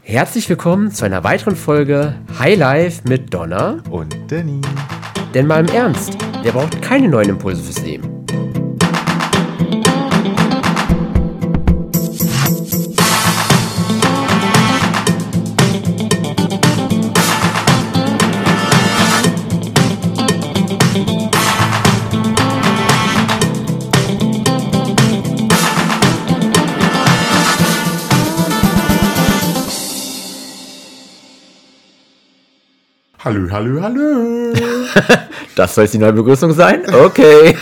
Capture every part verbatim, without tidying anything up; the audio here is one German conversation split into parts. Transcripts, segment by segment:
Herzlich willkommen zu einer weiteren Folge High Life mit Donna und Danny. Denn mal im Ernst, wer braucht keine neuen Impulse fürs Leben? Hallo, hallo, hallo. Das soll jetzt die neue Begrüßung sein? Okay.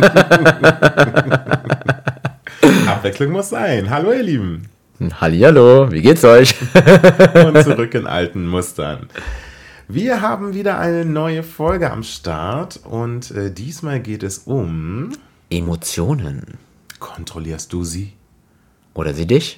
Abwechslung muss sein. Hallo, ihr Lieben. Hallihallo, wie geht's euch? Und zurück in alten Mustern. Wir haben wieder eine neue Folge am Start und äh, diesmal geht es um... Emotionen. Kontrollierst du sie? Oder sie dich?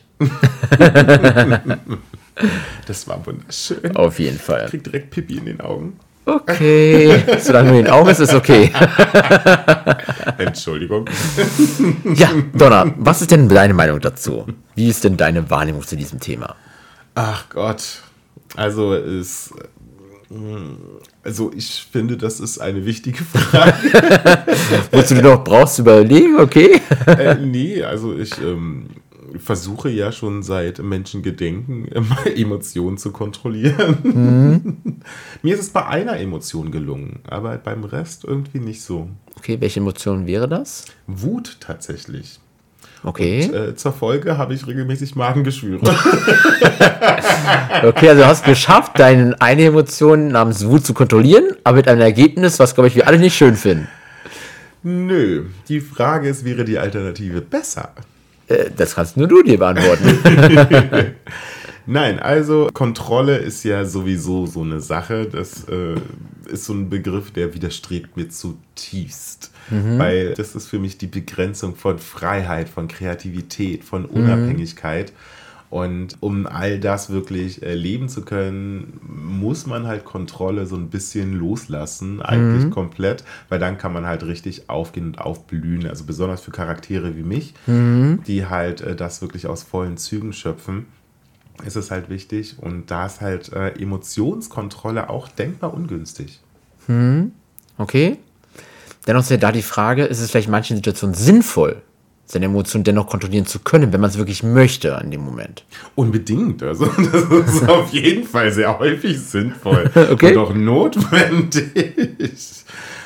Das war wunderschön. Auf jeden Fall. Ich krieg direkt Pipi in den Augen. Okay. Solange du in den Augen bist, ist okay. Entschuldigung. Ja, Donna, was ist denn deine Meinung dazu? Wie ist denn deine Wahrnehmung zu diesem Thema? Ach Gott. Also es... Also ich finde, das ist eine wichtige Frage. Wolltest du noch brauchst, überlegen, okay? äh, nee, also ich ähm, versuche ja schon seit Menschengedenken Emotionen zu kontrollieren. Mhm. Mir ist es bei einer Emotion gelungen, aber beim Rest irgendwie nicht so. Okay, welche Emotion wäre das? Wut tatsächlich. Okay. Und, äh, zur Folge habe ich regelmäßig Magengeschwüre. Okay, also du hast geschafft, deine eine Emotion namens Wut zu kontrollieren, aber mit einem Ergebnis, was, glaube ich, wir alle nicht schön finden. Nö, die Frage ist, wäre die Alternative besser? Äh, das kannst nur du dir beantworten. Nein, also Kontrolle ist ja sowieso so eine Sache. Das äh, ist so ein Begriff, der widerstrebt mir zutiefst. Mhm. Weil das ist für mich die Begrenzung von Freiheit, von Kreativität, von Unabhängigkeit. Mhm. Und um all das wirklich äh, leben zu können, muss man halt Kontrolle so ein bisschen loslassen, eigentlich mhm. komplett, weil dann kann man halt richtig aufgehen und aufblühen. Also besonders für Charaktere wie mich, mhm. die halt äh, das wirklich aus vollen Zügen schöpfen, ist es halt wichtig. Und da ist halt äh, Emotionskontrolle auch denkbar ungünstig. Mhm. Okay. Dennoch ist ja da die Frage, ist es vielleicht in manchen Situationen sinnvoll, seine Emotionen dennoch kontrollieren zu können, wenn man es wirklich möchte in dem Moment? Unbedingt. Also das ist auf jeden Fall sehr häufig sinnvoll okay. und auch notwendig.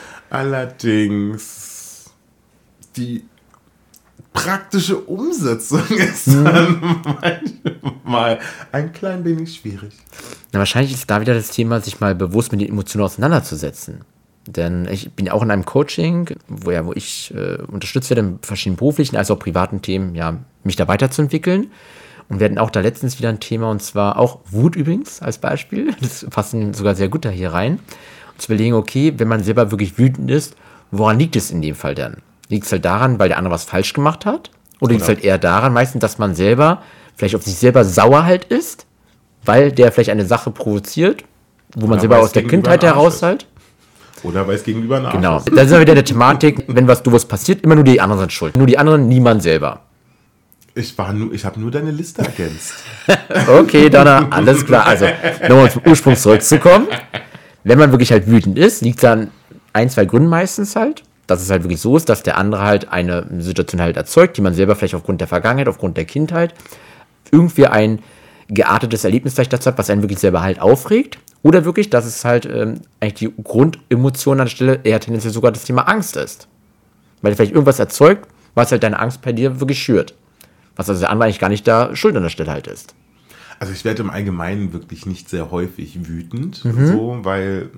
Allerdings die praktische Umsetzung ist dann hm. manchmal ein klein wenig schwierig. Na, wahrscheinlich ist da wieder das Thema, sich mal bewusst mit den Emotionen auseinanderzusetzen. Denn ich bin auch in einem Coaching, wo, ja, wo ich äh, unterstützt werde in verschiedenen beruflichen als auch privaten Themen, ja, mich da weiterzuentwickeln. Und wir hatten auch da letztens wieder ein Thema, und zwar auch Wut übrigens als Beispiel. Das passt sogar sehr gut da hier rein. Und zu überlegen, okay, wenn man selber wirklich wütend ist, woran liegt es in dem Fall dann? Liegt es halt daran, weil der andere was falsch gemacht hat? Oder liegt es halt eher daran, meistens, dass man selber vielleicht auf sich selber sauer halt ist, weil der vielleicht eine Sache provoziert, wo man Oder selber aus der Kindheit heraus halt. Oder weil es gegenüber ein Arsch Genau. ist. Da ist ja wieder der Thematik, wenn was du was passiert, immer nur die anderen sind schuld. Nur die anderen, niemand selber. Ich war nur, ich habe nur deine Liste ergänzt. Okay, Donna, alles klar. Also, nochmal zum Ursprung zurückzukommen. Wenn man wirklich halt wütend ist, liegt es an ein, zwei Gründen meistens halt, dass es halt wirklich so ist, dass der andere halt eine Situation halt erzeugt, die man selber vielleicht aufgrund der Vergangenheit, aufgrund der Kindheit, irgendwie ein geartetes Erlebnis vielleicht dazu hat, was einen wirklich selber halt aufregt. Oder wirklich, dass es halt ähm, eigentlich die Grundemotion an der Stelle eher tendenziell sogar das Thema Angst ist. Weil vielleicht irgendwas erzeugt, was halt deine Angst bei dir wirklich schürt. Was also der andere eigentlich gar nicht da schuld an der Stelle halt ist. Also ich werde im Allgemeinen wirklich nicht sehr häufig wütend, Mhm. so, weil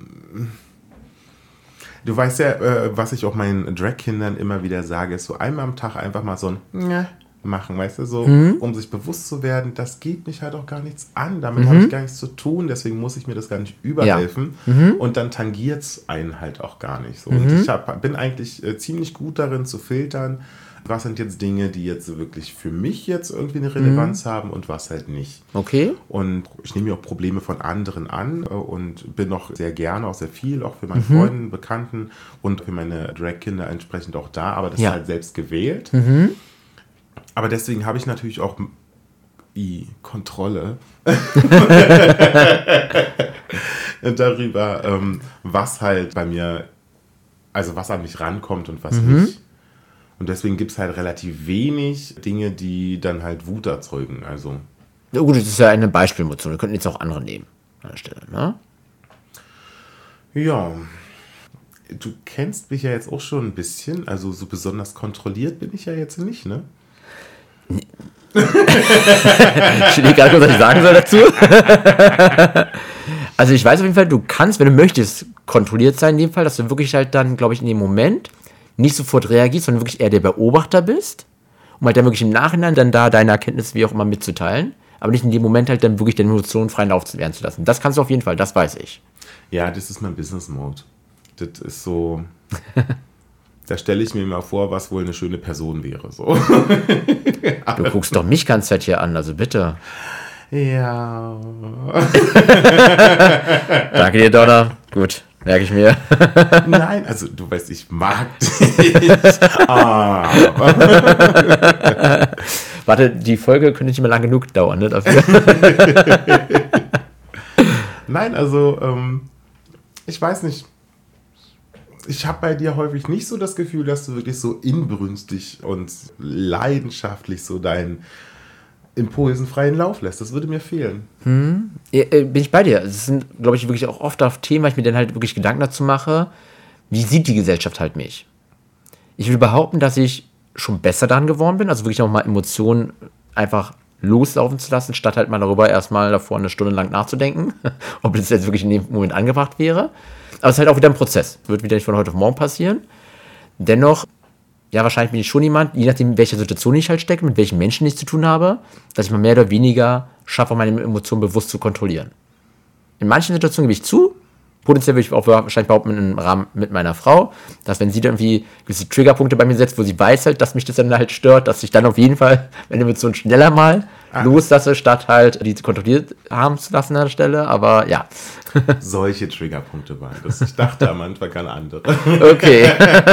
du weißt ja, äh, was ich auch meinen Drag-Kindern immer wieder sage, ist so einmal am Tag einfach mal so ein Nja machen, weißt du, so, mhm. um sich bewusst zu werden, das geht mich halt auch gar nichts an, damit mhm. habe ich gar nichts zu tun, deswegen muss ich mir das gar nicht überhelfen ja. mhm. und dann tangiert es einen halt auch gar nicht so. Mhm. Und ich hab, bin eigentlich äh, ziemlich gut darin zu filtern, was sind jetzt Dinge, die jetzt wirklich für mich jetzt irgendwie eine Relevanz mhm. haben und was halt nicht. Okay. Und ich nehme mir auch Probleme von anderen an und bin auch sehr gerne, auch sehr viel, auch für meine mhm. Freunde, Bekannten und für meine Drag-Kinder entsprechend auch da, aber das ja. ist halt selbst gewählt. Mhm. Aber deswegen habe ich natürlich auch I, Kontrolle. Darüber, ähm, was halt bei mir, also was an mich rankommt und was Mhm. nicht. Und deswegen gibt es halt relativ wenig Dinge, die dann halt Wut erzeugen. Also, Ja gut, das ist ja eine Beispielemotion. Wir könnten jetzt auch andere nehmen an der Stelle, ne? ja. Du kennst mich ja jetzt auch schon ein bisschen. Also so besonders kontrolliert bin ich ja jetzt nicht, ne? Ich stehe gerade kurz, was ich sagen soll dazu. Also ich weiß auf jeden Fall, du kannst, wenn du möchtest, kontrolliert sein in dem Fall, dass du wirklich halt dann, glaube ich, in dem Moment nicht sofort reagierst, sondern wirklich eher der Beobachter bist, um halt dann wirklich im Nachhinein dann da deine Erkenntnisse wie auch immer mitzuteilen, aber nicht in dem Moment halt dann wirklich deine Emotionen freien Lauf werden zu lassen. Das kannst du auf jeden Fall, das weiß ich. Ja, das ist mein Business Mode. Das ist so. Da stelle ich mir mal vor, was wohl eine schöne Person wäre. So. Du guckst doch mich ganz Zeit hier an, also bitte. Ja. Danke dir, Donna. Gut, merke ich mir. Nein, also du weißt, ich mag dich. Ah. Warte, die Folge könnte nicht mehr lang genug dauern, ne, dafür. Nein, also ähm, ich weiß nicht. Ich habe bei dir häufig nicht so das Gefühl, dass du wirklich so inbrünstig und leidenschaftlich so deinen Impulsen freien Lauf lässt. Das würde mir fehlen. Ja, äh, bin ich bei dir. Es sind, glaube ich, wirklich auch oft auf Themen, weil ich mir dann halt wirklich Gedanken dazu mache, wie sieht die Gesellschaft halt mich? Ich will behaupten, dass ich schon besser daran geworden bin, also wirklich auch mal Emotionen einfach loslaufen zu lassen, statt halt mal darüber erstmal davor eine Stunde lang nachzudenken, ob das jetzt wirklich in dem Moment angebracht wäre. Aber es ist halt auch wieder ein Prozess. Wird wieder nicht von heute auf morgen passieren. Dennoch, ja, wahrscheinlich bin ich schon jemand, je nachdem, in welcher Situation ich halt stecke, mit welchen Menschen ich zu tun habe, dass ich mal mehr oder weniger schaffe, meine Emotionen bewusst zu kontrollieren. In manchen Situationen gebe ich zu, potenziell würde ich auch wahrscheinlich behaupten, im Rahmen mit meiner Frau, dass wenn sie dann irgendwie gewisse Triggerpunkte bei mir setzt, wo sie weiß halt, dass mich das dann halt stört, dass ich dann auf jeden Fall meine Emotionen schneller mal ah. loslasse, statt halt die kontrolliert haben zu lassen an der Stelle, aber ja. Solche Triggerpunkte waren das. Ich dachte am Anfang an andere. Okay.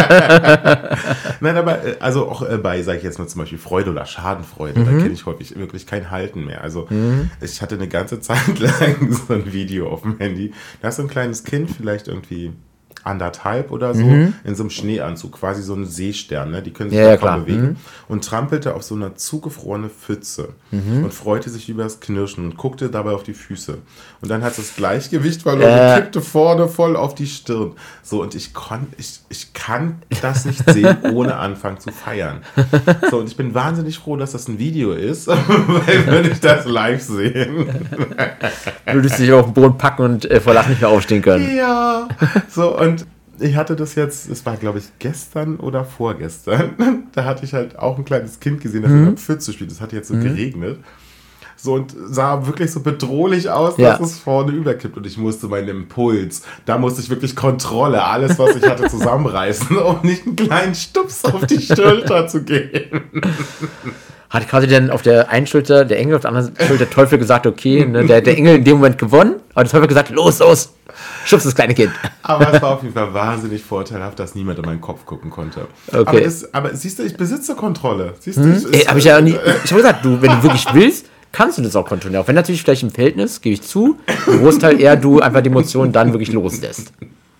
Nein, aber also auch bei, sage ich jetzt mal zum Beispiel Freude oder Schadenfreude, mhm. da kenne ich häufig wirklich kein Halten mehr. Also mhm. ich hatte eine ganze Zeit lang so ein Video auf dem Handy, da ist so ein kleines Kind, vielleicht irgendwie anderthalb oder so, mhm. in so einem Schneeanzug, quasi so ein Seestern, ne? Die können sich ja, kaum ja, bewegen, mhm. und trampelte auf so einer zugefrorene Pfütze mhm. und freute sich über das Knirschen und guckte dabei auf die Füße. Und dann hat es das Gleichgewicht verloren äh. und kippte vorne voll auf die Stirn. So, und ich, kon, ich, ich kann das nicht sehen, ohne anfangen zu feiern. So, und ich bin wahnsinnig froh, dass das ein Video ist, weil würde ich das live sehen. Du würdest dich auf den Boden packen und äh, vor Lachen nicht mehr aufstehen können. Ja, so, und ich hatte das jetzt, es war glaube ich gestern oder vorgestern, da hatte ich halt auch ein kleines Kind gesehen, das mhm. in der Pfütze spielt. Das hat jetzt so mhm. geregnet. So, und sah wirklich so bedrohlich aus, ja. dass es vorne überkippt. Und ich musste meinen Impuls, da musste ich wirklich Kontrolle, alles, was ich hatte, zusammenreißen, um nicht einen kleinen Stups auf die Schulter zu geben. Hat quasi dann auf der einen Schulter der Engel, auf der anderen Schulter der Teufel gesagt, okay, ne, der, der Engel in dem Moment gewonnen, aber der Teufel hat gesagt, los, los, schubst das kleine Kind. Aber es war auf jeden Fall wahnsinnig vorteilhaft, dass niemand in meinen Kopf gucken konnte. Okay. Aber, das, aber siehst du, ich besitze Kontrolle. Siehst du, hm? ich, Ey, hab ich ja nie, ich habe gesagt, du, wenn du wirklich willst, kannst du das auch kontrollieren. Auch wenn natürlich vielleicht im Verhältnis, gebe ich zu, im Großteil eher du einfach die Emotionen dann wirklich loslässt.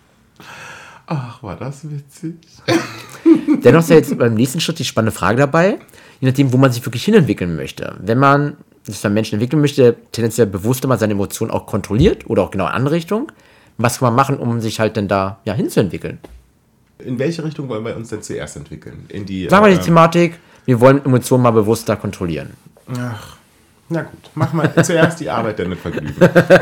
Ach, war das witzig. Dennoch ist ja jetzt beim nächsten Schritt die spannende Frage dabei, je nachdem, wo man sich wirklich hinentwickeln möchte. Wenn man sich beim Menschen entwickeln möchte, tendenziell bewusster mal seine Emotionen auch kontrolliert oder auch genau in eine andere Richtung, was kann man machen, um sich halt dann da ja, hinzuentwickeln? In welche Richtung wollen wir uns denn zuerst entwickeln? In die, Sagen wir die äh, Thematik, wir wollen Emotionen mal bewusster kontrollieren. Ach, na gut, mach mal zuerst die Arbeit damit Vergnügen.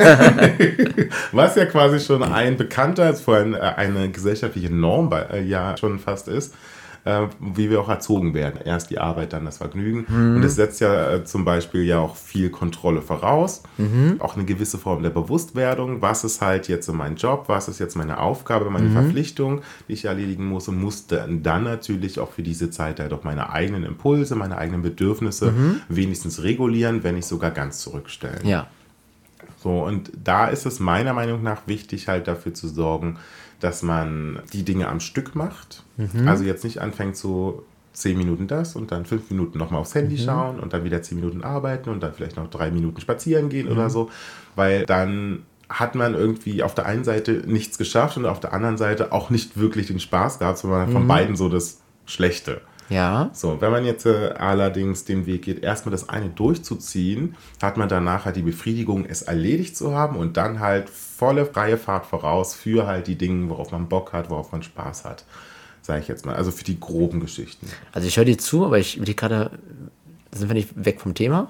Was ja quasi schon ein bekannter, vorhin eine gesellschaftliche Norm bei, äh, ja schon fast ist, äh, wie wir auch erzogen werden. Erst die Arbeit, dann das Vergnügen. Mhm. Und es setzt ja äh, zum Beispiel ja auch viel Kontrolle voraus. Mhm. Auch eine gewisse Form der Bewusstwerdung. Was ist halt jetzt mein Job? Was ist jetzt meine Aufgabe, meine mhm. Verpflichtung, die ich erledigen muss? Und muss dann, dann natürlich auch für diese Zeit halt auch meine eigenen Impulse, meine eigenen Bedürfnisse mhm. wenigstens regulieren, wenn nicht sogar ganz zurückstellen. Ja. So, und da ist es meiner Meinung nach wichtig, halt dafür zu sorgen, dass man die Dinge am Stück macht. Mhm. Also jetzt nicht anfängt so zehn Minuten das und dann fünf Minuten nochmal aufs Handy mhm. schauen und dann wieder zehn Minuten arbeiten und dann vielleicht noch drei Minuten spazieren gehen mhm. oder so, weil dann hat man irgendwie auf der einen Seite nichts geschafft und auf der anderen Seite auch nicht wirklich den Spaß gehabt, sondern mhm. von beiden so das Schlechte. Ja. So, wenn man jetzt äh, allerdings den Weg geht, erstmal das eine durchzuziehen, hat man danach halt die Befriedigung, es erledigt zu haben und dann halt volle freie Fahrt voraus für halt die Dinge, worauf man Bock hat, worauf man Spaß hat, sage ich jetzt mal. Also für die groben Geschichten. Also ich höre dir zu, aber ich will gerade, sind wir nicht weg vom Thema?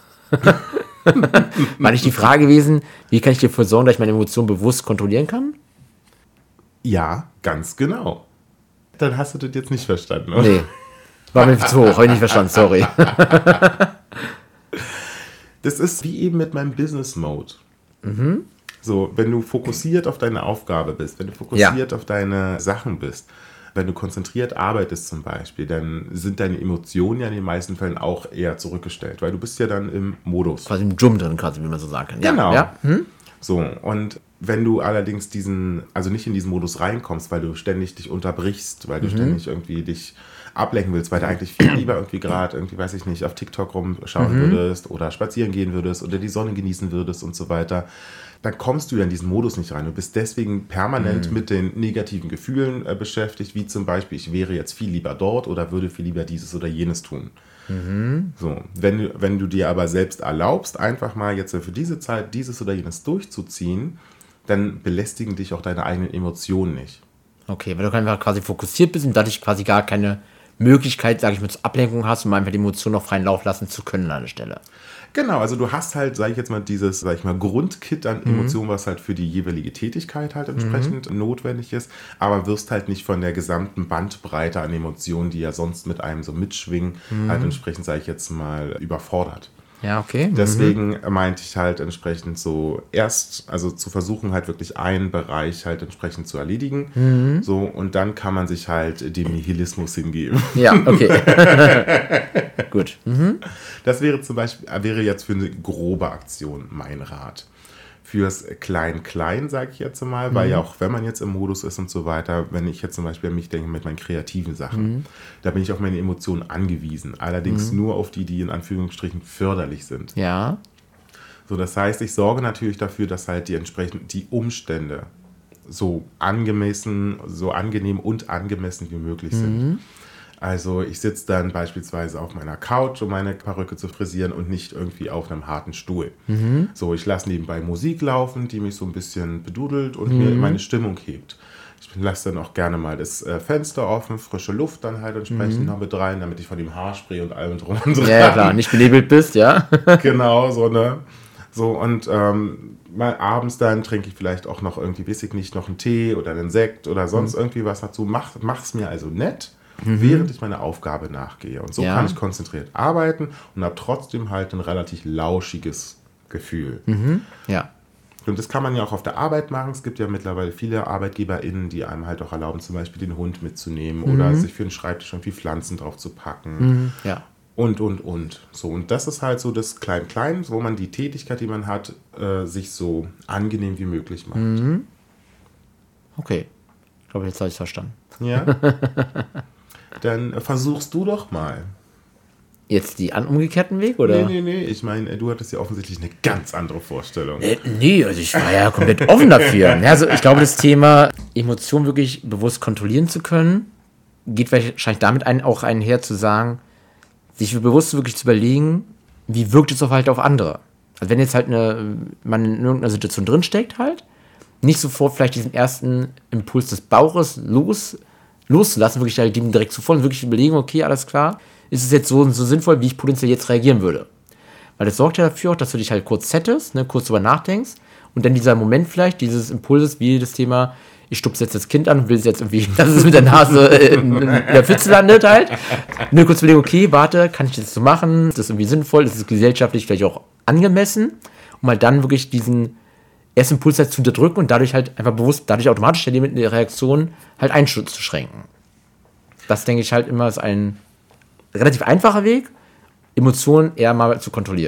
War nicht die Frage gewesen, wie kann ich dafür sorgen, dass ich meine Emotionen bewusst kontrollieren kann? Ja, ganz genau. Dann hast du das jetzt nicht verstanden, oder? Nee, war mir zu hoch, habe ich nicht verstanden, sorry. Das ist wie eben mit meinem Business Mode. Mhm. So, wenn du fokussiert auf deine Aufgabe bist, wenn du fokussiert ja. auf deine Sachen bist, wenn du konzentriert arbeitest zum Beispiel, dann sind deine Emotionen ja in den meisten Fällen auch eher zurückgestellt, weil du bist ja dann im Modus. Quasi im Dschungel drin, quasi, wie man so sagen kann. Ja. Genau. Ja. Hm? So, und wenn du allerdings diesen, also nicht in diesen Modus reinkommst, weil du ständig dich unterbrichst, weil du mhm. ständig irgendwie dich ablenken willst, weil du eigentlich viel lieber irgendwie gerade, irgendwie, weiß ich nicht, auf TikTok rumschauen mhm. würdest oder spazieren gehen würdest oder die Sonne genießen würdest und so weiter, dann kommst du ja in diesen Modus nicht rein. Du bist deswegen permanent mhm. mit den negativen Gefühlen äh, beschäftigt, wie zum Beispiel, ich wäre jetzt viel lieber dort oder würde viel lieber dieses oder jenes tun. Mhm. So, wenn du, wenn du dir aber selbst erlaubst, einfach mal jetzt für diese Zeit dieses oder jenes durchzuziehen, dann belästigen dich auch deine eigenen Emotionen nicht. Okay, weil du einfach quasi fokussiert bist und dadurch quasi gar keine Möglichkeit, sage ich mal, zur Ablenkung hast, um einfach die Emotionen noch freien Lauf lassen zu können an der Stelle. Genau, also du hast halt, sage ich jetzt mal, dieses, sage ich mal, Grundkit an Emotionen, mhm. was halt für die jeweilige Tätigkeit halt entsprechend mhm. notwendig ist, aber wirst halt nicht von der gesamten Bandbreite an Emotionen, die ja sonst mit einem so mitschwingen, mhm. halt entsprechend, sage ich jetzt mal, überfordert. Ja, okay. Deswegen mhm. meinte ich halt entsprechend so erst, also zu versuchen halt wirklich einen Bereich halt entsprechend zu erledigen. Mhm. So, und dann kann man sich halt dem Nihilismus hingeben. Ja, okay. Gut. Mhm. Das wäre zum Beispiel, wäre jetzt für eine grobe Aktion mein Rat. Fürs Klein-Klein, sage ich jetzt mal, mhm. weil ja auch, wenn man jetzt im Modus ist und so weiter, wenn ich jetzt zum Beispiel an mich denke mit meinen kreativen Sachen, mhm. da bin ich auf meine Emotionen angewiesen. Allerdings mhm. nur auf die, die in Anführungsstrichen förderlich sind. Ja. So, das heißt, ich sorge natürlich dafür, dass halt die entsprechend die Umstände so angemessen, so angenehm und angemessen wie möglich sind. Mhm. Also ich sitze dann beispielsweise auf meiner Couch, um meine Perücke zu frisieren und nicht irgendwie auf einem harten Stuhl. Mhm. So, ich lasse nebenbei Musik laufen, die mich so ein bisschen bedudelt und mhm. mir meine Stimmung hebt. Ich lasse dann auch gerne mal das äh, Fenster offen, frische Luft dann halt entsprechend mhm. noch mit rein, damit ich von dem Haarspray und allem drum und dran. Ja, ja, klar, nicht benebelt bist, ja. Genau, so, ne? So, und ähm, mal abends dann trinke ich vielleicht auch noch irgendwie, weiß ich nicht, noch einen Tee oder einen Sekt oder sonst mhm. irgendwie was dazu. Mach, mach's mir also nett. Mhm. Während ich meiner Aufgabe nachgehe. Und so ja. kann ich konzentriert arbeiten und habe trotzdem halt ein relativ lauschiges Gefühl. Mhm. Ja. Und das kann man ja auch auf der Arbeit machen. Es gibt ja mittlerweile viele ArbeitgeberInnen, die einem halt auch erlauben, zum Beispiel den Hund mitzunehmen mhm. oder sich für den Schreibtisch irgendwie Pflanzen drauf zu packen. Mhm. Ja. Und, und, und. So, und das ist halt so das Klein-Klein, wo man die Tätigkeit, die man hat, äh, sich so angenehm wie möglich macht. Mhm. Okay. Ich glaube, jetzt habe ich es verstanden. Ja. Dann versuchst du doch mal. Jetzt die umgekehrten Weg, oder? Nee, nee, nee. Ich meine, du hattest ja offensichtlich eine ganz andere Vorstellung. Äh, nee, also ich war ja komplett offen dafür. Also ich glaube, das Thema Emotionen wirklich bewusst kontrollieren zu können, geht wahrscheinlich damit ein, auch einher zu sagen, sich bewusst wirklich zu überlegen, wie wirkt es auf halt auf andere. Also wenn jetzt halt eine, man in irgendeiner Situation drinsteckt halt, nicht sofort vielleicht diesen ersten Impuls des Bauches los loszulassen, wirklich halt dem direkt zu folgen, wirklich überlegen, okay, alles klar, ist es jetzt so, so sinnvoll, wie ich potenziell jetzt reagieren würde. Weil das sorgt ja dafür auch, dass du dich halt kurz settest, ne, kurz drüber nachdenkst und dann dieser Moment vielleicht, dieses Impulses, wie das Thema, ich stupse jetzt das Kind an und will es jetzt irgendwie, dass es mit der Nase in, in der Pfütze landet halt. Nur kurz überlegen, okay, warte, kann ich das so machen? Ist das irgendwie sinnvoll? Ist es gesellschaftlich vielleicht auch angemessen? Um halt dann wirklich diesen ersten Impuls halt zu unterdrücken und dadurch halt einfach bewusst, dadurch automatisch die Reaktion halt einzuschränken. Das, denke ich, halt immer ist ein relativ einfacher Weg, Emotionen eher mal zu kontrollieren.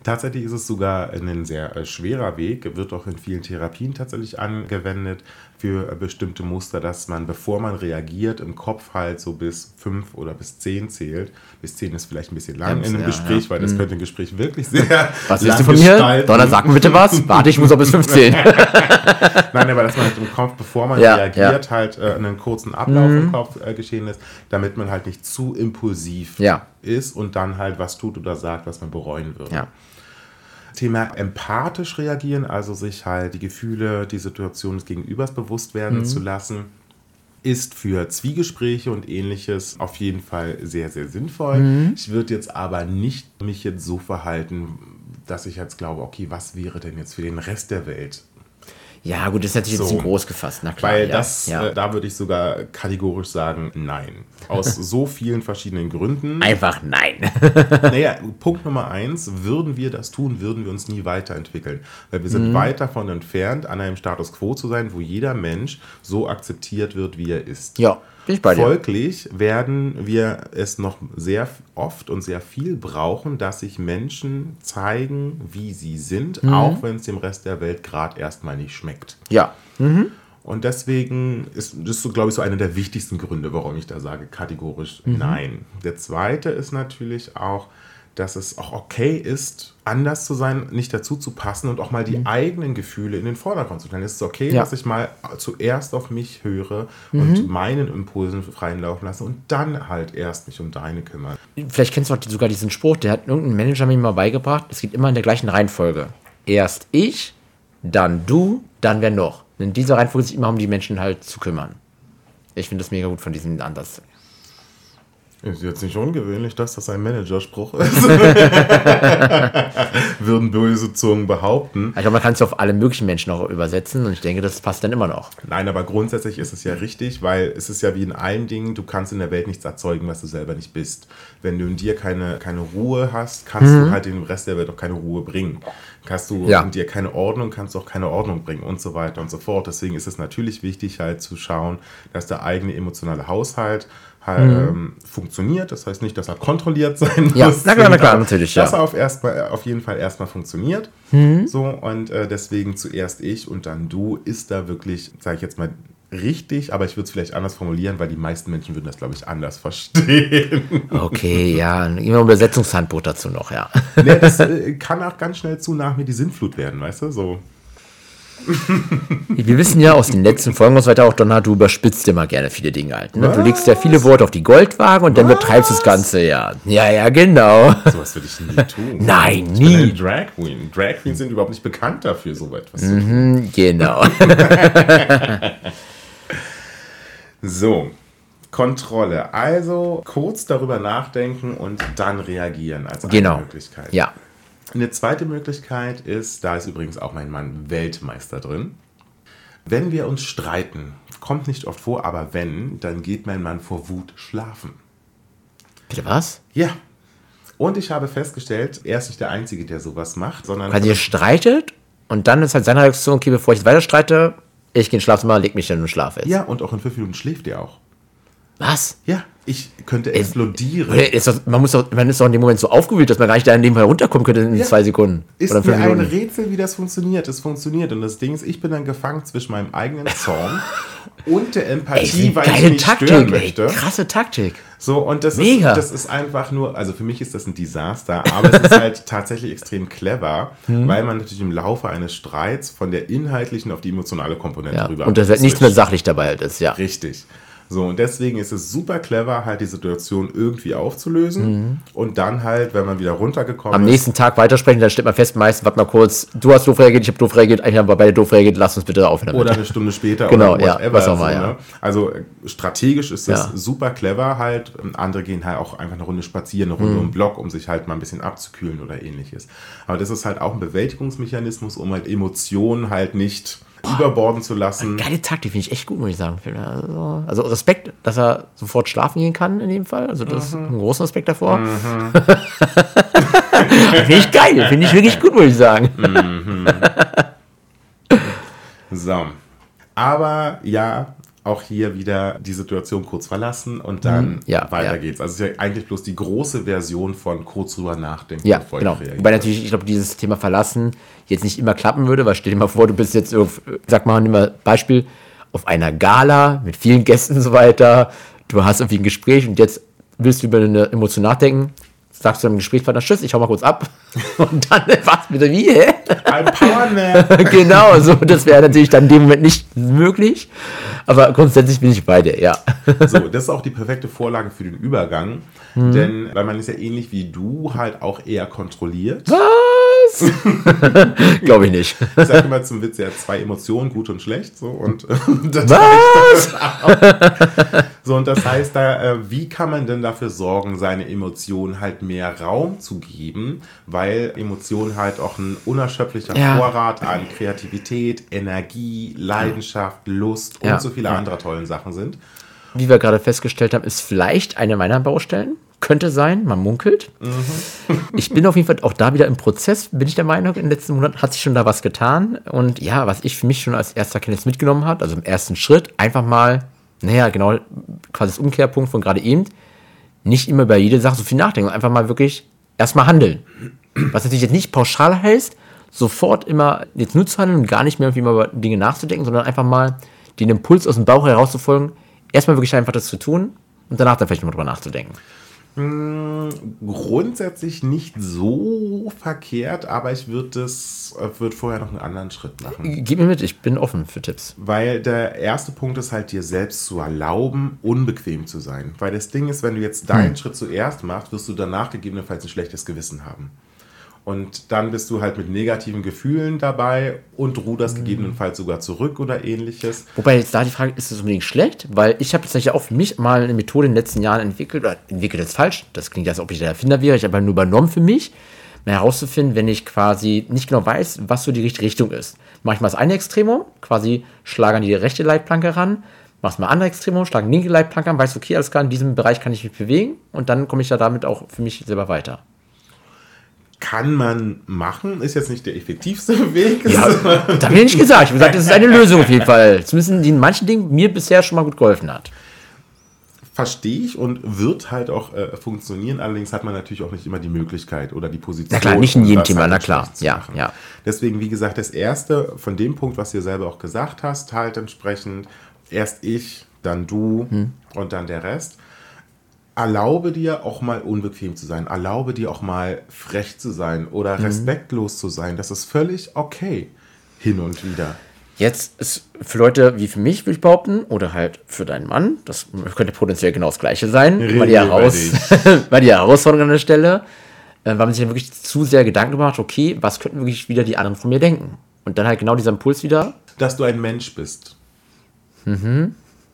Tatsächlich ist es sogar ein sehr äh, schwerer Weg, wird auch in vielen Therapien tatsächlich angewendet für äh, bestimmte Muster, dass man, bevor man reagiert, im Kopf halt so bis fünf oder bis zehn zählt. Bis zehn ist vielleicht ein bisschen lang Ja, in einem ja, Gespräch, ja. weil das Mhm. könnte ein Gespräch wirklich sehr Was lang willst du von mir? gestalten. Donner, sag mir bitte was. Warte, ich muss auch bis fünfzehn. Nein, aber dass man halt im Kopf, bevor man Ja, reagiert, ja. halt äh, einen kurzen Ablauf im Kopf äh, geschehen ist, damit man halt nicht zu impulsiv Ja. ist und dann halt was tut oder sagt, was man bereuen würde. Ja. Thema empathisch reagieren, also sich halt die Gefühle, die Situation des Gegenübers bewusst werden zu lassen, ist für Zwiegespräche und Ähnliches auf jeden Fall sehr, sehr sinnvoll. Mhm. Ich würde jetzt aber nicht mich jetzt so verhalten, dass ich jetzt glaube, okay, was wäre denn jetzt für den Rest der Welt? Ja, gut, das ist natürlich So. ein bisschen groß gefasst, na klar. Weil ja, das, ja. äh, da würde ich sogar kategorisch sagen, nein. Aus so vielen verschiedenen Gründen. Einfach nein. Naja, Punkt Nummer eins, würden wir das tun, würden wir uns nie weiterentwickeln. Weil wir sind weit davon entfernt, an einem Status quo zu sein, wo jeder Mensch so akzeptiert wird, wie er ist. Ja, bin ich bei dir. Folglich werden wir es noch sehr oft und sehr viel brauchen, dass sich Menschen zeigen, wie sie sind, auch wenn es dem Rest der Welt gerade erstmal nicht schmeckt. Ja. Und deswegen ist das, so, glaube ich, so einer der wichtigsten Gründe, warum ich da sage, kategorisch nein. Der zweite ist natürlich auch, dass es auch okay ist, anders zu sein, nicht dazu zu passen und auch mal die eigenen Gefühle in den Vordergrund zu stellen. Es ist okay, Ja. dass ich mal zuerst auf mich höre und meinen Impulsen freien Lauf lasse und dann halt erst mich um deine kümmere. Vielleicht kennst du auch die, sogar diesen Spruch, der hat irgendein Manager mir mal beigebracht, es geht immer in der gleichen Reihenfolge. Erst ich, dann du, dann wer noch. In dieser Reihenfolge sich immer um die Menschen halt zu kümmern. Ich finde das mega gut von diesem Ansatz. Ist jetzt nicht ungewöhnlich, dass das ein Managerspruch ist. Würden böse Zungen behaupten. Ich glaube, man kann es auf alle möglichen Menschen auch übersetzen und ich denke, das passt dann immer noch. Nein, aber grundsätzlich ist es ja richtig, weil es ist ja wie in allen Dingen, du kannst in der Welt nichts erzeugen, was du selber nicht bist. Wenn du in dir keine, keine Ruhe hast, kannst du halt dem Rest der Welt auch keine Ruhe bringen. Hast du Ja. in dir keine Ordnung, kannst du auch keine Ordnung bringen und so weiter und so fort. Deswegen ist es natürlich wichtig, halt zu schauen, dass der eigene emotionale Haushalt halt, ähm, funktioniert. Das heißt nicht, dass er kontrolliert sein muss. Ja, na klar, na klar, natürlich, Dass ja. er auf, erstmal, auf jeden Fall erstmal funktioniert. So, und äh, deswegen zuerst ich und dann du ist da wirklich, sage ich jetzt mal, richtig, aber ich würde es vielleicht anders formulieren, weil die meisten Menschen würden das, glaube ich, anders verstehen. Okay, ja, immer ein Übersetzungshandbuch dazu noch, ja. Ne, das äh, kann auch ganz schnell zu nach mir die Sinnflut werden, weißt du, so. Wir wissen ja aus den letzten Folgen und so weiter auch, Donna, du überspitzt immer gerne viele Dinge halt. Ne? Du Was? legst ja viele Worte auf die Goldwaage und dann betreibst du das Ganze, ja. Ja, ja, genau. Sowas würde ich nie tun. Nein, Ich bin nie. eine Drag Queen. Drag Queens sind überhaupt nicht bekannt dafür, so etwas zu tun. Genau. So, Kontrolle. Also kurz darüber nachdenken und dann reagieren als eine Genau. Möglichkeit. Ja. Eine zweite Möglichkeit ist, da ist übrigens auch mein Mann Weltmeister drin. Wenn wir uns streiten, kommt nicht oft vor, aber wenn, dann geht mein Mann vor Wut schlafen. Bitte was? Ja. Und ich habe festgestellt, er ist nicht der Einzige, der sowas macht, sondern Weil ihr streitet und dann ist halt seine Reaktion, okay, bevor ich jetzt weiter streite, ich gehe ins Schlafzimmer, leg mich dann und schlafe jetzt. ja, und auch in fünf Minuten schläft er auch. Was? Ja, ich könnte explodieren. Oder ist das, man, muss doch, man ist doch in dem Moment so aufgewühlt, dass man gar nicht da in dem Fall runterkommen könnte in Ja. zwei Sekunden. Ist oder mir fünf ein Minuten. Rätsel, wie das funktioniert. Es funktioniert. Und das Ding ist, ich bin dann gefangen zwischen meinem eigenen Zorn und der Ey, Empathie, ist weil eine ich geile nicht Taktik, stören ey, möchte. krasse Taktik. So, und das Mega. ist, das ist einfach nur, also für mich ist das ein Desaster, aber es ist halt tatsächlich extrem clever, Hm. weil man natürlich im Laufe eines Streits von der inhaltlichen auf die emotionale Komponente Ja. rüber Und das wird nichts mehr switcht. sachlich dabei halt ist, ja. Richtig. So, und deswegen ist es super clever, halt die Situation irgendwie aufzulösen und dann halt, wenn man wieder runtergekommen Am ist, nächsten Tag weitersprechen, dann stellt man fest, meistens, warte mal kurz, du hast doof reagiert, ich habe doof reagiert, eigentlich haben wir beide doof reagiert, lass uns bitte aufhören damit. oder eine Stunde später Genau, oder ja, whatever. was auch immer, so, ja. ne? Also äh, strategisch ist das Ja. super clever halt. Andere gehen halt auch einfach eine Runde spazieren, eine Runde Mhm. um den Block, um sich halt mal ein bisschen abzukühlen oder ähnliches. Aber das ist halt auch ein Bewältigungsmechanismus, um halt Emotionen halt nicht überborden zu lassen. Geile Taktik, finde ich echt gut, muss ich sagen. Also, also Respekt, dass er sofort schlafen gehen kann in dem Fall. Also das ist ein großen Respekt davor. Finde ich geil, finde ich wirklich gut, muss ich sagen. So. Aber ja, auch hier wieder die Situation kurz verlassen und dann ja, weiter ja. geht's. Also es ist ja eigentlich bloß die große Version von kurz drüber nachdenken. Ja, bevor genau. ich reagiere. Wobei natürlich, ich glaube, dieses Thema Verlassen jetzt nicht immer klappen würde, weil stell dir mal vor, du bist jetzt, auf, sag mal, nimm mal Beispiel, auf einer Gala mit vielen Gästen und so weiter, du hast irgendwie ein Gespräch und jetzt willst du über eine Emotion nachdenken, sagst du im Gesprächspartner, tschüss, ich hau mal kurz ab und dann, was, wieder wie, hä? Ein Powernap. Genau, so, das wäre natürlich dann in dem Moment nicht möglich, aber grundsätzlich bin ich bei dir, ja. So, das ist auch die perfekte Vorlage für den Übergang, mhm. denn, weil man ist ja ähnlich wie du halt auch eher kontrolliert. Was? Glaube ich nicht. Ich sage immer zum Witz, ja, zwei Emotionen, gut und schlecht, so, und das Was? heißt, so, und das heißt da, äh, wie kann man denn dafür sorgen, seine Emotionen halt mehr Raum zu geben, weil Emotionen halt auch ein unerschöpflicher Ja. Vorrat an Kreativität, Energie, Leidenschaft, Lust und Ja. so viele Ja. andere tollen Sachen sind. Wie wir gerade festgestellt haben, ist vielleicht eine meiner Baustellen. Könnte sein, man munkelt. Mhm. Ich bin auf jeden Fall auch da wieder im Prozess, bin ich der Meinung, in den letzten Monaten hat sich schon da was getan. Und ja, was ich für mich schon als erster Erkenntnis mitgenommen habe, also im ersten Schritt, einfach mal, naja, genau, quasi das Umkehrpunkt von gerade eben, nicht immer über jede Sache so viel nachdenken, einfach mal wirklich erstmal handeln. Was natürlich jetzt nicht pauschal heißt, sofort immer jetzt nur zu handeln und gar nicht mehr irgendwie mal über Dinge nachzudenken, sondern einfach mal den Impuls aus dem Bauch herauszufolgen, erstmal wirklich einfach das zu tun und danach dann vielleicht mal drüber nachzudenken. Grundsätzlich nicht so verkehrt, aber ich würde das würd vorher noch einen anderen Schritt machen. Gib mir mit, ich bin offen für Tipps. Weil der erste Punkt ist halt, dir selbst zu erlauben, unbequem zu sein. Weil das Ding ist, wenn du jetzt deinen hm. Schritt zuerst machst, wirst du danach gegebenenfalls ein schlechtes Gewissen haben. Und dann bist du halt mit negativen Gefühlen dabei und ruderst mhm. gegebenenfalls sogar zurück oder ähnliches. Wobei jetzt da die Frage, ist das unbedingt schlecht? Weil ich habe tatsächlich auch für mich mal eine Methode in den letzten Jahren entwickelt, oder entwickelt ist falsch, das klingt, als ob ich der Erfinder wäre, ich habe nur übernommen für mich, mal herauszufinden, wenn ich quasi nicht genau weiß, was so die richtige Richtung ist. Mache ich mal das eine Extremum, quasi schlage an die rechte Leitplanke ran, mache es mal andere Extremum, schlage die linke Leitplanke an, weiß, okay, alles klar, in diesem Bereich kann ich mich bewegen und dann komme ich da damit auch für mich selber weiter. Kann man machen, ist jetzt nicht der effektivste Weg. Ja, das habe ich nicht gesagt. Ich habe gesagt, das ist eine Lösung auf jeden Fall. Zumindest die in manchen Dingen mir bisher schon mal gut geholfen hat. Verstehe ich und wird halt auch äh, funktionieren. Allerdings hat man natürlich auch nicht immer die Möglichkeit oder die Position. Na klar, nicht in jedem um Thema, halt na klar. Ja, machen. ja. Deswegen, wie gesagt, das Erste von dem Punkt, was du selber auch gesagt hast, halt entsprechend erst ich, dann du hm. und dann der Rest. Erlaube dir auch mal unbequem zu sein. Erlaube dir auch mal frech zu sein oder mhm. respektlos zu sein. Das ist völlig okay. Hin und wieder. Jetzt ist für Leute wie für mich, würde ich behaupten, oder halt für deinen Mann, das könnte potenziell genau das Gleiche sein, mal die, heraus, mal die Herausforderung an der Stelle, äh, weil man sich dann wirklich zu sehr Gedanken gemacht, okay, was könnten wirklich wieder die anderen von mir denken? Und dann halt genau dieser Impuls wieder. Dass du ein Mensch bist. Mhm.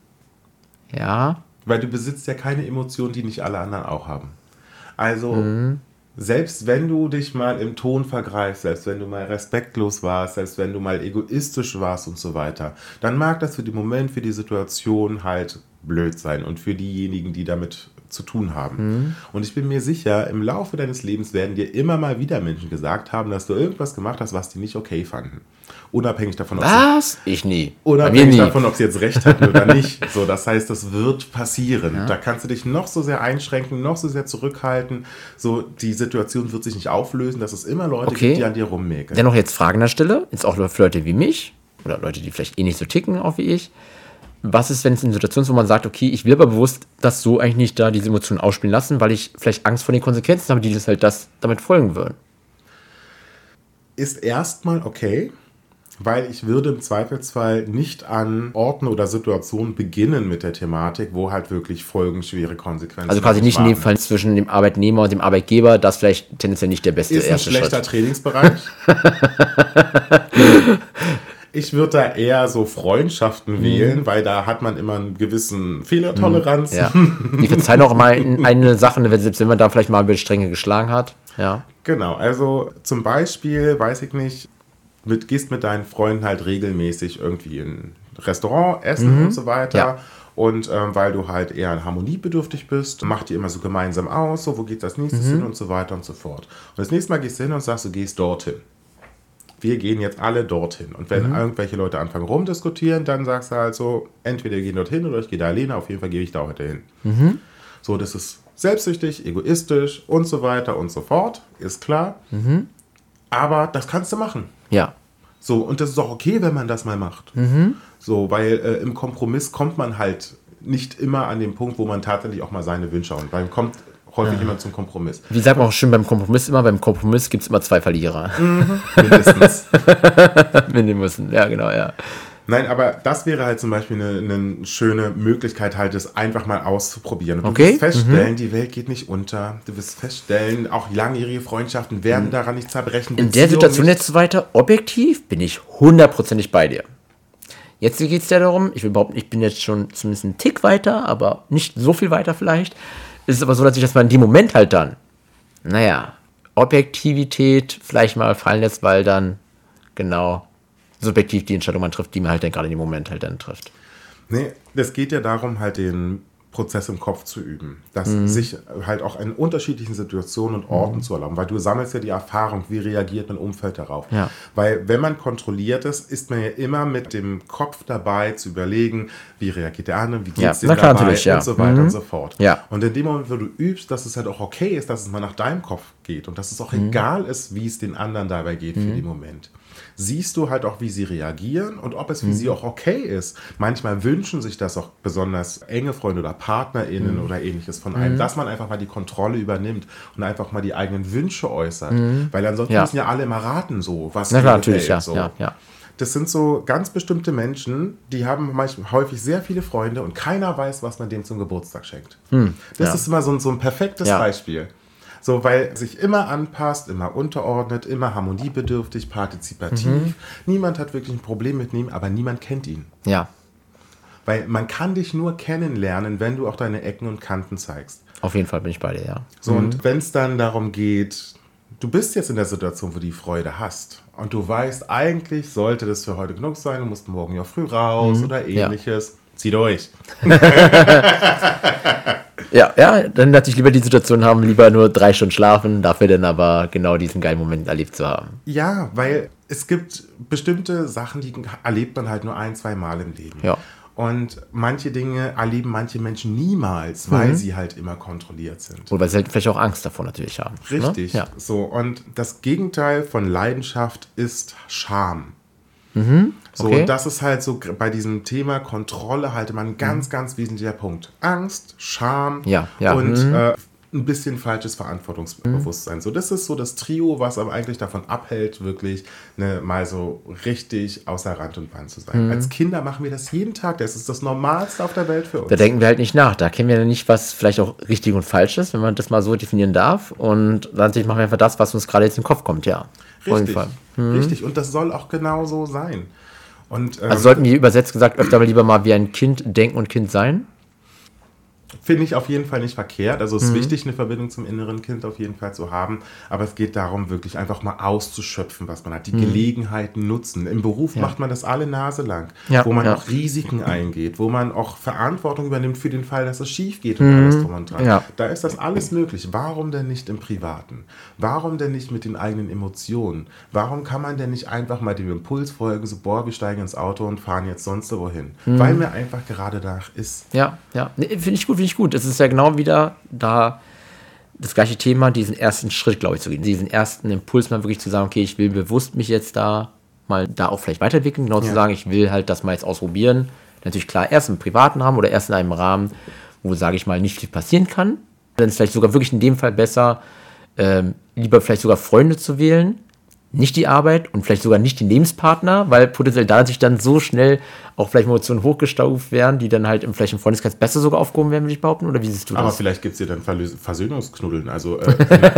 Ja. Weil du besitzt ja keine Emotionen, die nicht alle anderen auch haben. Also, mhm. selbst wenn du dich mal im Ton vergreifst, selbst wenn du mal respektlos warst, selbst wenn du mal egoistisch warst und so weiter, dann mag das für den Moment, für die Situation halt blöd sein und für diejenigen, die damit zu tun haben. Mhm. Und ich bin mir sicher, im Laufe deines Lebens werden dir immer mal wieder Menschen gesagt haben, dass du irgendwas gemacht hast, was die nicht okay fanden. Unabhängig davon, ob was? Sie, ich nie. Unabhängig davon, ob sie jetzt recht hatten oder nicht. So, das heißt, das wird passieren. Ja. Da kannst du dich noch so sehr einschränken, noch so sehr zurückhalten. So, die Situation wird sich nicht auflösen, dass es immer Leute okay. gibt, die an dir rummäkeln. Dennoch jetzt Fragen an der Stelle, jetzt auch für Leute wie mich oder Leute, die vielleicht eh nicht so ticken, auch wie ich. Was ist, wenn es in Situationen ist, wo man sagt, okay, ich will aber bewusst das so eigentlich nicht da diese Emotionen ausspielen lassen, weil ich vielleicht Angst vor den Konsequenzen habe, die das halt das damit folgen würden? Ist erstmal okay, weil ich würde im Zweifelsfall nicht an Orten oder Situationen beginnen mit der Thematik, wo halt wirklich folgenschwere Konsequenzen. Also quasi nicht in dem Fall zwischen dem Arbeitnehmer und dem Arbeitgeber, das vielleicht tendenziell nicht der beste ist erste ein schlechter Schritt. Trainingsbereich. Ich würde da eher so Freundschaften mhm. wählen, weil da hat man immer einen gewissen Fehlertoleranz. Mhm, ja. Die verzeihen auch mal eine Sache, selbst wenn man da vielleicht mal über die Stränge geschlagen hat. Ja. Genau, also zum Beispiel, weiß ich nicht, mit, gehst mit deinen Freunden halt regelmäßig irgendwie in ein Restaurant essen mhm. und so weiter. Ja. Und ähm, weil du halt eher harmoniebedürftig bist, macht ihr immer so gemeinsam aus, so wo geht das nächstes mhm. hin und so weiter und so fort. Und das nächste Mal gehst du hin und sagst, du gehst dorthin. wir gehen jetzt alle dorthin. Und wenn mhm. irgendwelche Leute anfangen rumdiskutieren, dann sagst du halt so, entweder wir gehen dorthin oder ich gehe da alleine, auf jeden Fall gehe ich da heute hin. Mhm. So, das ist selbstsüchtig, egoistisch und so weiter und so fort, ist klar. Mhm. Aber das kannst du machen. Ja. So, und das ist auch okay, wenn man das mal macht. Mhm. So, weil äh, im Kompromiss kommt man halt nicht immer an den Punkt, wo man tatsächlich auch mal seine Wünsche und dann kommt häufig ja. jemand zum Kompromiss. Wie sagt man auch schön beim Kompromiss immer, beim Kompromiss gibt es immer zwei Verlierer. Mhm. Mindestens. Mindestens, ja genau, ja. Nein, aber das wäre halt zum Beispiel eine, eine schöne Möglichkeit, halt das einfach mal auszuprobieren. Und du okay. wirst feststellen, mhm. die Welt geht nicht unter. Du wirst feststellen, auch langjährige Freundschaften werden mhm. daran nicht zerbrechen. In der Situation nicht. Jetzt weiter, objektiv bin ich hundertprozentig bei dir. Jetzt geht es ja darum, ich will behaupten, ich bin jetzt schon zumindest einen Tick weiter, aber nicht so viel weiter vielleicht. Es ist aber so, dass ich das mal in dem Moment halt dann, naja, Objektivität vielleicht mal fallen lässt, weil dann genau subjektiv die Entscheidung man trifft, die man halt dann gerade in dem Moment halt dann trifft. Nee, es geht ja darum, halt den Prozess im Kopf zu üben. Das mhm. sich halt auch in unterschiedlichen Situationen und Orten mhm. zu erlauben, weil du sammelst ja die Erfahrung, wie reagiert mein Umfeld darauf. Ja. Weil wenn man kontrolliert ist, ist man ja immer mit dem Kopf dabei zu überlegen, wie reagiert der andere, wie geht es ja, dem dabei ja. und so weiter mhm. und so fort. Ja. Und in dem Moment, wo du übst, dass es halt auch okay ist, dass es mal nach deinem Kopf geht und dass es auch mhm. egal ist, wie es den anderen dabei geht mhm. für den Moment. Siehst du halt auch, wie sie reagieren und ob es für mhm. sie auch okay ist. Manchmal wünschen sich das auch besonders enge Freunde oder PartnerInnen mhm. oder ähnliches von einem, mhm. dass man einfach mal die Kontrolle übernimmt und einfach mal die eigenen Wünsche äußert. Mhm. Weil ansonsten ja. müssen ja alle immer raten, so, was Na klar, gefällt, natürlich, ja, so. ja, ja. Das sind so ganz bestimmte Menschen, die haben manchmal häufig sehr viele Freunde und keiner weiß, was man dem zum Geburtstag schenkt. Mhm. Das ja. ist immer so ein, so ein perfektes ja. Beispiel. So, weil sich immer anpasst, immer unterordnet, immer harmoniebedürftig, partizipativ. Mhm. Niemand hat wirklich ein Problem mit ihm, aber niemand kennt ihn. Ja. Weil man kann dich nur kennenlernen, wenn du auch deine Ecken und Kanten zeigst. Auf jeden Fall bin ich bei dir, ja. So, mhm. und wenn es dann darum geht, du bist jetzt in der Situation, wo du die Freude hast und du weißt, eigentlich sollte das für heute genug sein, du musst morgen ja früh raus mhm. oder ähnliches, ja. zieh durch. Ja, ja, dann lasse ich lieber die Situation haben, lieber nur drei Stunden schlafen, dafür dann aber genau diesen geilen Moment erlebt zu haben. Ja, weil es gibt bestimmte Sachen, die erlebt man halt nur ein, zwei Mal im Leben. Ja. Und manche Dinge erleben manche Menschen niemals, weil mhm. sie halt immer kontrolliert sind. Oder weil sie halt vielleicht auch Angst davor natürlich haben. Richtig. Ne? Ja. So, und das Gegenteil von Leidenschaft ist Scham. Mhm. So, okay. und das ist halt so bei diesem Thema Kontrolle halt immer ein ganz, mhm. ganz wesentlicher Punkt. Angst, Scham ja, ja. und mhm. äh, ein bisschen falsches Verantwortungsbewusstsein. Mhm. So, das ist so das Trio, was aber eigentlich davon abhält, wirklich ne, mal so richtig außer Rand und Band zu sein. Mhm. Als Kinder machen wir das jeden Tag. Das ist das Normalste auf der Welt für uns. Da denken wir halt nicht nach. Da kennen wir nicht, was vielleicht auch richtig und falsch ist, wenn man das mal so definieren darf. Und dann machen wir einfach das, was uns gerade jetzt in den Kopf kommt, ja. Richtig, mhm. richtig. Und das soll auch genau so sein. Und, ähm, also sollten wir übersetzt gesagt öfter mal lieber mal wie ein Kind denken und Kind sein? Finde ich auf jeden Fall nicht verkehrt. Also es ist mhm. wichtig, eine Verbindung zum inneren Kind auf jeden Fall zu haben. Aber es geht darum, wirklich einfach mal auszuschöpfen, was man hat. Die mhm. Gelegenheiten nutzen. Im Beruf ja. macht man das alle Nase lang. Ja. Wo man ja. auch Risiken eingeht. Wo man auch Verantwortung übernimmt für den Fall, dass es schief geht und mhm. alles drum und dran. Ja. Da ist das alles möglich. Warum denn nicht im Privaten? Warum denn nicht mit den eigenen Emotionen? Warum kann man denn nicht einfach mal dem Impuls folgen, so, boah, wir steigen ins Auto und fahren jetzt sonst wohin? Mhm. Weil mir einfach gerade danach ist. Ja, ja. Nee, finde ich gut. Finde ich gut. Es ist ja genau wieder da das gleiche Thema, diesen ersten Schritt, glaube ich, zu gehen. Diesen ersten Impuls mal wirklich zu sagen, okay, ich will bewusst mich jetzt da mal da auch vielleicht weiterentwickeln. Genau ja. zu sagen, ich will halt das mal jetzt ausprobieren. Natürlich klar, erst im privaten Rahmen oder erst in einem Rahmen, wo, sage ich mal, nicht viel passieren kann. Dann ist vielleicht sogar wirklich in dem Fall besser, ähm, lieber vielleicht sogar Freunde zu wählen, nicht die Arbeit und vielleicht sogar nicht den Lebenspartner, weil potenziell da sich dann so schnell auch vielleicht Emotionen hochgestauft werden, die dann halt im, vielleicht im Freundeskreis besser sogar aufgehoben werden, würde ich behaupten, oder wie siehst du das? Aber vielleicht gibt es ja dann Verlös- Versöhnungsknuddeln, also äh,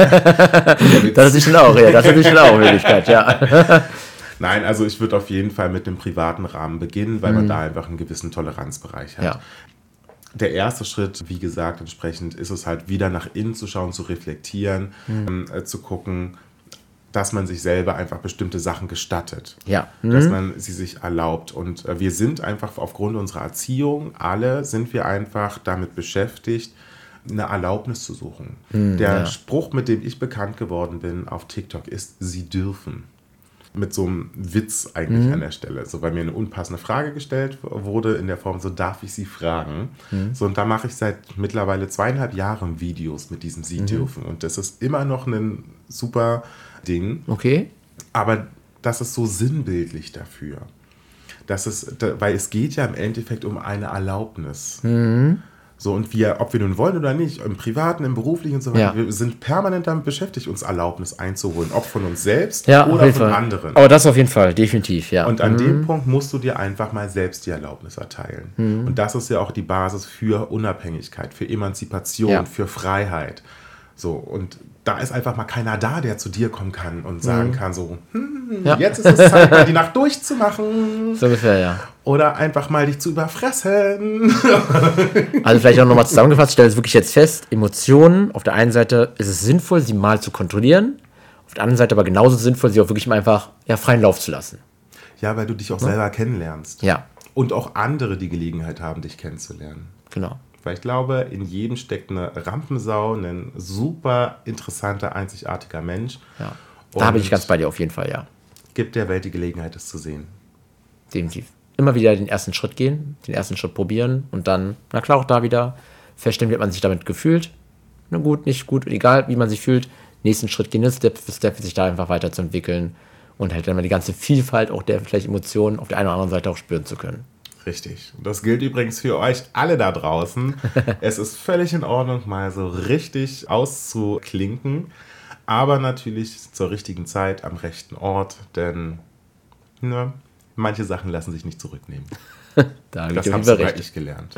das ist schon auch, ja, das ist schon auch eine Möglichkeit, ja. Nein, also ich würde auf jeden Fall mit dem privaten Rahmen beginnen, weil mhm. man da einfach einen gewissen Toleranzbereich hat. Ja. Der erste Schritt, wie gesagt, entsprechend ist es halt wieder nach innen zu schauen, zu reflektieren, mhm. äh, zu gucken, dass man sich selber einfach bestimmte Sachen gestattet. Ja. Mhm. Dass man sie sich erlaubt. Und äh, wir sind einfach aufgrund unserer Erziehung, alle sind wir einfach damit beschäftigt, eine Erlaubnis zu suchen. Mhm, Der ja. Spruch, mit dem ich bekannt geworden bin auf TikTok ist, sie dürfen. mit so einem Witz eigentlich mhm. an der Stelle. So, weil mir eine unpassende Frage gestellt wurde in der Form, so darf ich Sie fragen? Mhm. So, und da mache ich seit mittlerweile zweieinhalb Jahren Videos mit diesem Sie dürfen. Mhm. Und das ist immer noch ein super Ding. Okay. Aber das ist so sinnbildlich dafür. Das ist, weil es geht ja im Endeffekt um eine Erlaubnis. Mhm. So, und wir, ob wir nun wollen oder nicht, im Privaten, im Beruflichen und so weiter, ja. wir sind permanent damit beschäftigt, uns Erlaubnis einzuholen, ob von uns selbst ja, oder von Fall. anderen. Aber das auf jeden Fall, definitiv, ja. Und an mhm. dem Punkt musst du dir einfach mal selbst die Erlaubnis erteilen. Mhm. Und das ist ja auch die Basis für Unabhängigkeit, für Emanzipation, ja. für Freiheit. So, und da ist einfach mal keiner da, der zu dir kommen kann und sagen mhm. kann so, hm, ja. jetzt ist es Zeit, mal die Nacht durchzumachen. So ungefähr, ja. Oder einfach mal dich zu überfressen. Also vielleicht auch nochmal zusammengefasst, ich stelle es wirklich jetzt fest, Emotionen, auf der einen Seite ist es sinnvoll, sie mal zu kontrollieren, auf der anderen Seite aber genauso sinnvoll, sie auch wirklich mal einfach ja, freien Lauf zu lassen. Ja, weil du dich auch ja. selber kennenlernst. Ja. Und auch andere die Gelegenheit haben, dich kennenzulernen. Genau. Weil ich glaube, in jedem steckt eine Rampensau, ein super interessanter, einzigartiger Mensch. Ja. Da bin ich ganz bei dir auf jeden Fall, ja. Gibt der Welt die Gelegenheit, das zu sehen. Definitiv. Immer wieder den ersten Schritt gehen, den ersten Schritt probieren und dann, na klar, auch da wieder feststellen, wie hat man sich damit gefühlt. Na gut, nicht gut, egal, wie man sich fühlt. Nächsten Schritt gehen, Step für Step, sich da einfach weiterzuentwickeln und halt dann mal die ganze Vielfalt auch der vielleicht Emotionen auf der einen oder anderen Seite auch spüren zu können. Richtig. Und das gilt übrigens für euch alle da draußen. Es ist völlig in Ordnung, mal so richtig auszuklinken, aber natürlich zur richtigen Zeit am rechten Ort, denn ne, manche Sachen lassen sich nicht zurücknehmen. Da das habe sogar ich gelernt.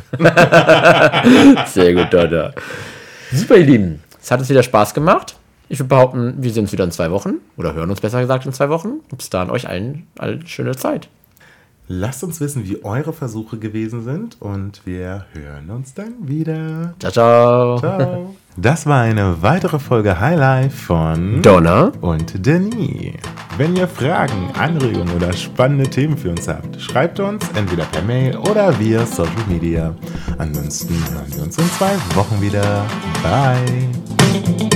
Sehr gut, Dada. Super, ihr Lieben. Es hat uns wieder Spaß gemacht. Ich würde behaupten, wir sehen uns wieder in zwei Wochen oder hören uns besser gesagt in zwei Wochen. Bis dahin euch allen eine schöne Zeit. Lasst uns wissen, wie eure Versuche gewesen sind und wir hören uns dann wieder. Ciao, ciao. Ciao. Das war eine weitere Folge Highlife von Donna und Denis. Wenn ihr Fragen, Anregungen oder spannende Themen für uns habt, schreibt uns entweder per Mail oder via Social Media. Ansonsten hören wir uns in zwei Wochen wieder. Bye.